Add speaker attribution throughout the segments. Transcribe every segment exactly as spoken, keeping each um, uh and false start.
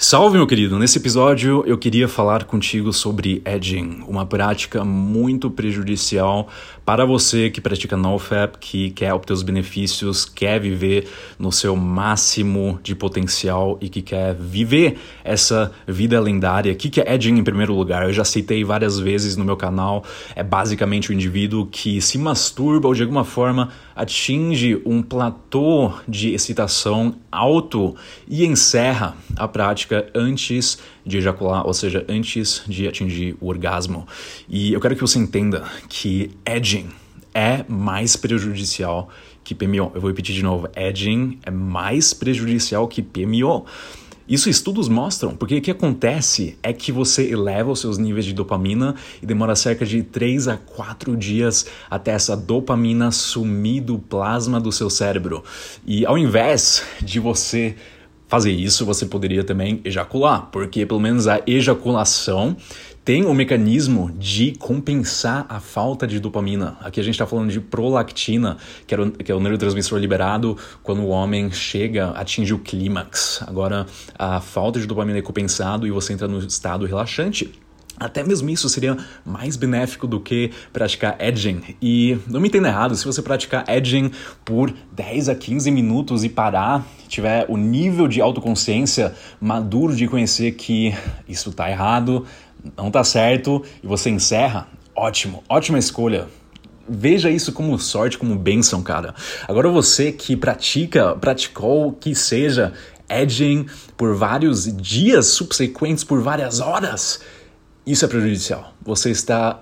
Speaker 1: Salve, meu querido! Nesse episódio eu queria falar contigo sobre edging, uma prática muito prejudicial para você que pratica nofap, que quer obter os benefícios, quer viver no seu máximo de potencial e que quer viver essa vida lendária. O que é edging em primeiro lugar? Eu já citei várias vezes no meu canal. É basicamente o indivíduo que se masturba ou de alguma forma atinge um platô de excitação alto e encerra a prática antes de ejacular, ou seja, antes de atingir o orgasmo. E eu quero que você entenda que edging é mais prejudicial que P M O. Eu vou repetir de novo, edging é mais prejudicial que P M O. Isso estudos mostram, porque o que acontece é que você eleva os seus níveis de dopamina e demora cerca de três a quatro dias até essa dopamina sumir do plasma do seu cérebro. E ao invés de você fazer isso, você poderia também ejacular, porque pelo menos a ejaculação tem um mecanismo de compensar a falta de dopamina. Aqui a gente está falando de prolactina, que, era o, que é o neurotransmissor liberado quando o homem chega, atinge o clímax. Agora, a falta de dopamina é compensado e você entra no estado relaxante. Até mesmo isso seria mais benéfico do que praticar edging. E não me entenda errado, se você praticar edging por dez a quinze minutos e parar, tiver o nível de autoconsciência maduro de conhecer que isso está errado, não está certo, e você encerra, ótimo, ótima escolha. Veja isso como sorte, como bênção, cara. Agora você que pratica, praticou que seja edging por vários dias subsequentes, por várias horas, isso é prejudicial. Você está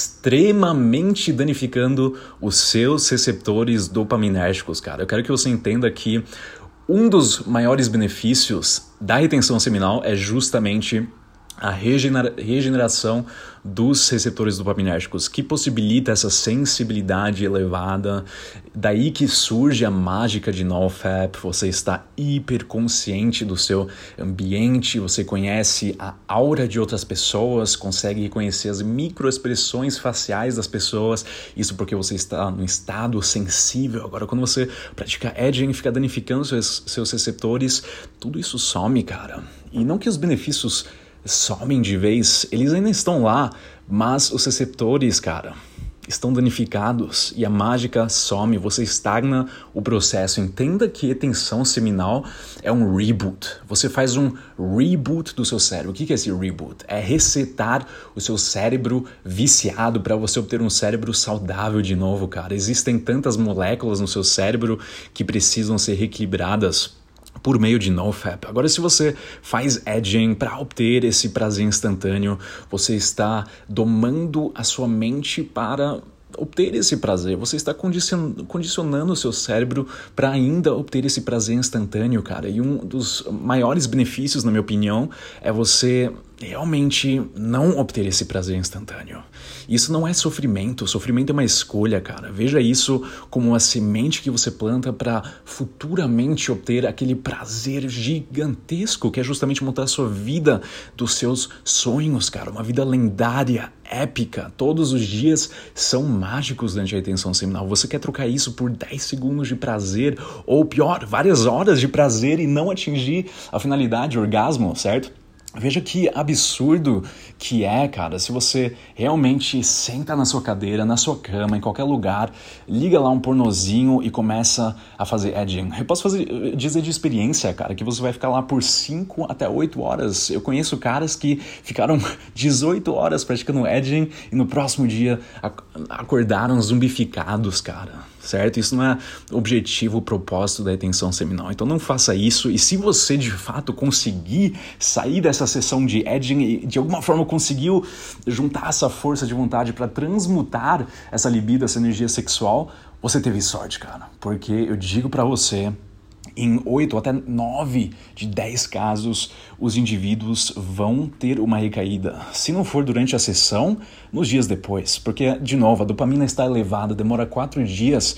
Speaker 1: extremamente danificando os seus receptores dopaminérgicos, cara. Eu quero que você entenda que um dos maiores benefícios da retenção seminal é justamente a regenera- regeneração dos receptores dopaminérgicos, que possibilita essa sensibilidade elevada. Daí que surge a mágica de nofap. Você está hiperconsciente do seu ambiente, você conhece a aura de outras pessoas, consegue reconhecer as microexpressões faciais das pessoas, isso porque você está num estado sensível. Agora, quando você pratica edging, fica danificando seus, seus receptores, tudo isso some, cara. E não que os benefícios somem de vez, eles ainda estão lá, mas os receptores, cara, estão danificados e a mágica some, você estagna o processo. Entenda que retenção seminal é um reboot. Você faz um reboot do seu cérebro. O que é esse reboot? É resetar o seu cérebro viciado para você obter um cérebro saudável de novo, cara. Existem tantas moléculas no seu cérebro que precisam ser reequilibradas por meio de nofap. Agora, se você faz edging para obter esse prazer instantâneo, você está domando a sua mente para obter esse prazer. Você está condicion- condicionando o seu cérebro para ainda obter esse prazer instantâneo, cara. E um dos maiores benefícios, na minha opinião, é você realmente não obter esse prazer instantâneo. Isso não é sofrimento, sofrimento é uma escolha, cara. Veja isso como uma semente que você planta para futuramente obter aquele prazer gigantesco que é justamente montar a sua vida dos seus sonhos, cara. Uma vida lendária, épica. Todos os dias são mágicos durante a retenção seminal. Você quer trocar isso por dez segundos de prazer ou pior, várias horas de prazer e não atingir a finalidade, o orgasmo, certo? Veja que absurdo que é, cara, se você realmente senta na sua cadeira, na sua cama, em qualquer lugar, liga lá um pornozinho e começa a fazer edging. Eu posso fazer, dizer de experiência, cara, que você vai ficar lá por cinco até oito horas. Eu conheço caras que ficaram dezoito horas praticando edging e no próximo dia acordaram zumbificados, cara. Certo? Isso não é objetivo, o propósito da retenção seminal. Então não faça isso. E se você de fato conseguir sair dessa sessão de edging e de alguma forma conseguiu juntar essa força de vontade para transmutar essa libido, essa energia sexual, você teve sorte, cara. Porque eu digo para você, em oito até nove de dez casos, os indivíduos vão ter uma recaída. Se não for durante a sessão, nos dias depois. Porque, de novo, a dopamina está elevada, demora quatro dias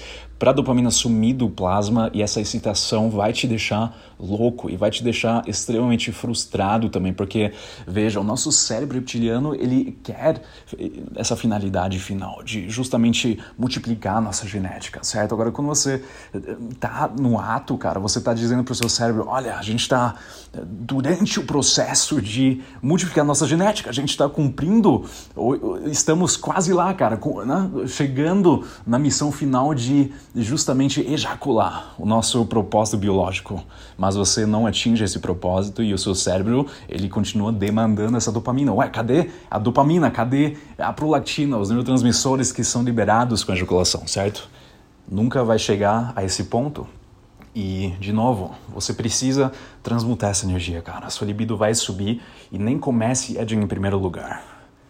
Speaker 1: para a dopamina sumir do plasma e essa excitação vai te deixar louco e vai te deixar extremamente frustrado também, porque, veja, o nosso cérebro reptiliano, ele quer essa finalidade final de justamente multiplicar a nossa genética, certo? Agora, quando você tá no ato, cara, você tá dizendo pro seu cérebro, olha, a gente tá durante o processo de multiplicar a nossa genética, a gente tá cumprindo, estamos quase lá, cara, né? Chegando na missão final de justamente ejacular o nosso propósito biológico, mas você não atinge esse propósito e o seu cérebro, ele continua demandando essa dopamina. Ué, cadê a dopamina? Cadê a prolactina, os neurotransmissores que são liberados com a ejaculação, certo? Nunca vai chegar a esse ponto. E, de novo, você precisa transmutar essa energia, cara. A sua libido vai subir e nem comece edging em primeiro lugar.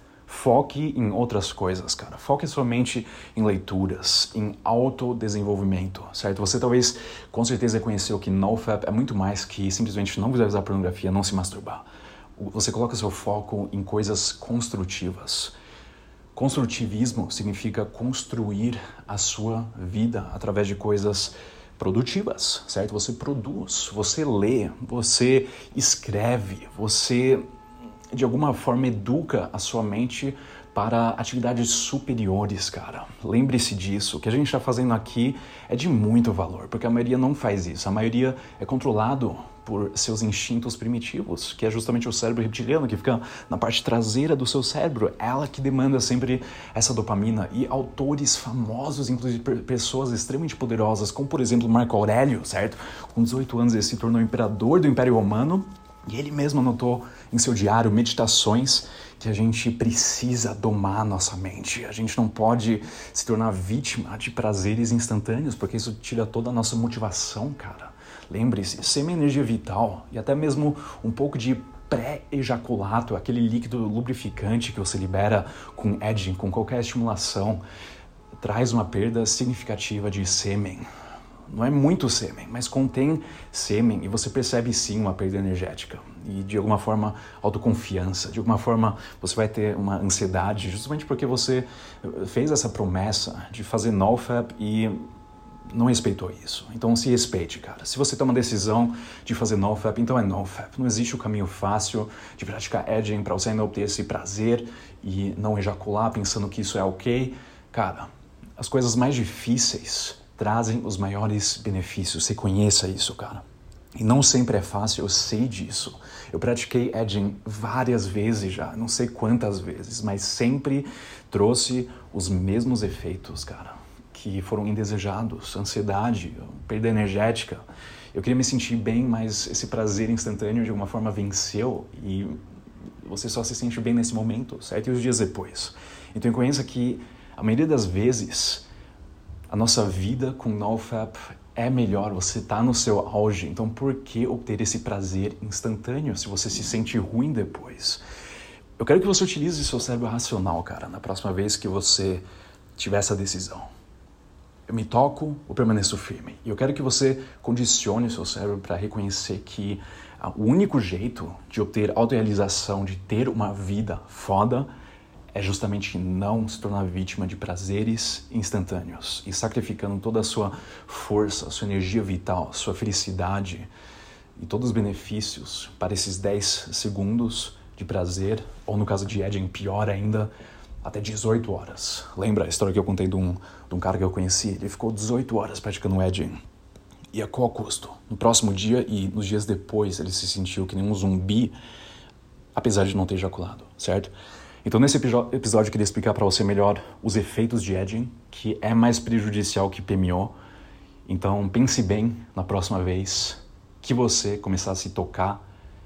Speaker 1: Foque em outras coisas, cara. Foque somente em leituras, em autodesenvolvimento, certo? Você talvez, com certeza, reconheceu que NoFap é muito mais que simplesmente não visualizar pornografia, não se masturbar. Você coloca seu foco em coisas construtivas. Construtivismo significa construir a sua vida através de coisas produtivas, certo? Você produz, você lê, você escreve, você de alguma forma educa a sua mente para atividades superiores, cara. Lembre-se disso. O que a gente está fazendo aqui é de muito valor, porque a maioria não faz isso. A maioria é controlado por seus instintos primitivos, que é justamente o cérebro reptiliano, que fica na parte traseira do seu cérebro. Ela que demanda sempre essa dopamina. E autores famosos, inclusive pessoas extremamente poderosas, como por exemplo Marco Aurélio, certo? Com dezoito anos ele se tornou imperador do Império Romano, e ele mesmo anotou em seu diário Meditações que a gente precisa domar nossa mente. A gente não pode se tornar vítima de prazeres instantâneos, porque isso tira toda a nossa motivação, cara. Lembre-se, semi-energia vital e até mesmo um pouco de pré-ejaculato, aquele líquido lubrificante que você libera com edging, com qualquer estimulação, traz uma perda significativa de sêmen. Não é muito sêmen, mas contém sêmen e você percebe sim uma perda energética e de alguma forma autoconfiança, de alguma forma você vai ter uma ansiedade justamente porque você fez essa promessa de fazer NoFap e não respeitou isso. Então se respeite, cara. Se você toma a decisão de fazer NoFap, então é NoFap. Não existe o caminho fácil de praticar edging para você ainda obter esse prazer e não ejacular pensando que isso é ok. Cara, as coisas mais difíceis trazem os maiores benefícios. Você conheça isso, cara. E não sempre é fácil, eu sei disso. Eu pratiquei edging várias vezes já, não sei quantas vezes, mas sempre trouxe os mesmos efeitos, cara, que foram indesejados, ansiedade, perda energética. Eu queria me sentir bem, mas esse prazer instantâneo de alguma forma venceu e você só se sente bem nesse momento, certo? E os dias depois. Então eu conheço que a maioria das vezes a nossa vida com NoFap é melhor, você está no seu auge, então por que obter esse prazer instantâneo se você se sente ruim depois? Eu quero que você utilize seu cérebro racional, cara, na próxima vez que você tiver essa decisão. Eu me toco ou permaneço firme? E eu quero que você condicione o seu cérebro para reconhecer que o único jeito de obter autorrealização, de ter uma vida foda, é justamente não se tornar vítima de prazeres instantâneos e sacrificando toda a sua força, sua energia vital, sua felicidade e todos os benefícios para esses dez segundos de prazer, ou no caso de edging, pior ainda, até dezoito horas. Lembra a história que eu contei de um, de um cara que eu conheci? Ele ficou dezoito horas praticando edging. E a qual custo? No próximo dia e nos dias depois ele se sentiu que nem um zumbi, apesar de não ter ejaculado, certo? Então nesse episódio eu queria explicar para você melhor os efeitos de edging, que é mais prejudicial que P M O. Então pense bem na próxima vez que você começar a se tocar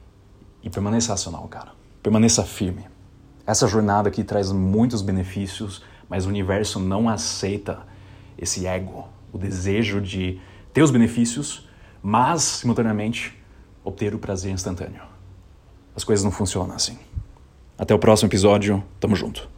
Speaker 1: e permaneça racional, cara. Permaneça firme. Essa jornada aqui traz muitos benefícios, mas o universo não aceita esse ego, o desejo de ter os benefícios, mas simultaneamente obter o prazer instantâneo. As coisas não funcionam assim. Até o próximo episódio. Tamo junto.